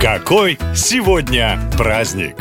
Какой сегодня праздник?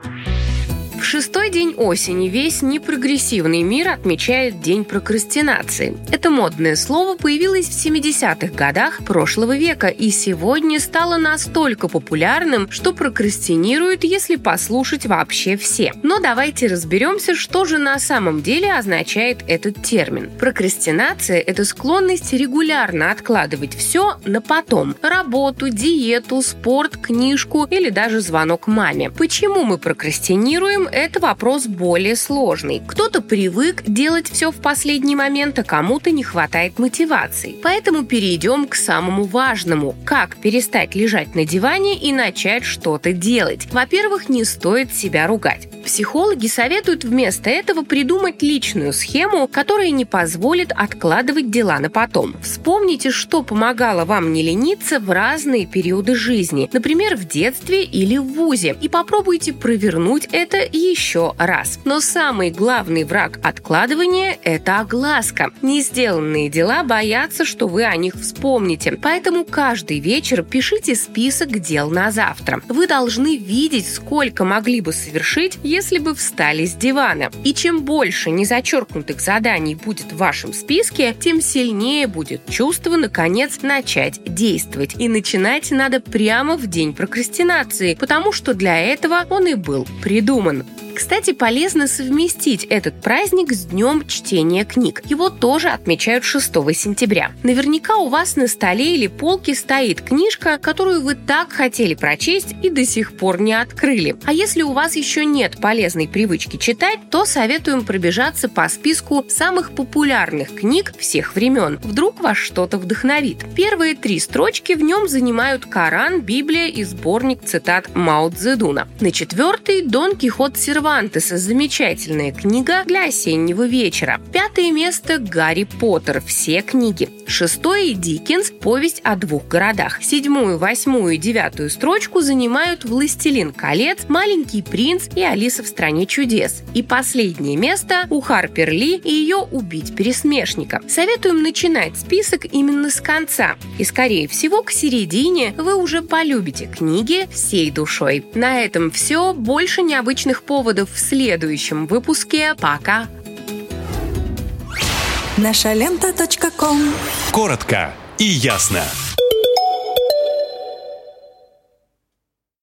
В шестой день осени весь непрогрессивный мир отмечает День прокрастинации. Это модное слово появилось в 70-х годах прошлого века и сегодня стало настолько популярным, что прокрастинируют, если послушать вообще все. Но давайте разберемся, что же на самом деле означает этот термин. Прокрастинация – это склонность регулярно откладывать все на потом. Работу, диету, спорт, книжку или даже звонок маме. Почему мы прокрастинируем? Это вопрос более сложный. Кто-то привык делать все в последний момент, а кому-то не хватает мотивации. Поэтому перейдем к самому важному. Как перестать лежать на диване и начать что-то делать? Во-первых, не стоит себя ругать. Психологи советуют вместо этого придумать личную схему, которая не позволит откладывать дела на потом. Вспомните, что помогало вам не лениться в разные периоды жизни, например, в детстве или в вузе, и попробуйте провернуть это еще раз. Но самый главный враг откладывания – это огласка. Не сделанные дела боятся, что вы о них вспомните, поэтому каждый вечер пишите список дел на завтра. Вы должны видеть, сколько могли бы совершить, если бы встали с дивана. И чем больше незачеркнутых заданий будет в вашем списке, тем сильнее будет чувство, наконец, начать действовать. И начинать надо прямо в день прокрастинации, потому что для этого он и был придуман. Кстати, полезно совместить этот праздник с Днем чтения книг. Его тоже отмечают 6 сентября. Наверняка у вас на столе или полке стоит книжка, которую вы так хотели прочесть и до сих пор не открыли. А если у вас еще нет полезной привычки читать, то советуем пробежаться по списку самых популярных книг всех времен. Вдруг вас что-то вдохновит. Первые 3 строчки в нем занимают Коран, Библия и сборник цитат Мао Цзэдуна. На 4-й Дон Кихот Сервантеса, замечательная книга для осеннего вечера. 5-е место Гарри Поттер, все книги. 6-е Диккенс, повесть о 2 городах. 7-ю, 8-ю и 9-ю строчку занимают Властелин колец, Маленький принц и Алиса в стране чудес. И последнее место у Харпер Ли и ее Убить пересмешника. Советуем начинать список именно с конца. И, скорее всего, к середине вы уже полюбите книги всей душой. На этом все. Больше необычных поводов в следующем выпуске. Пока! Нашалента.ком. Коротко и ясно.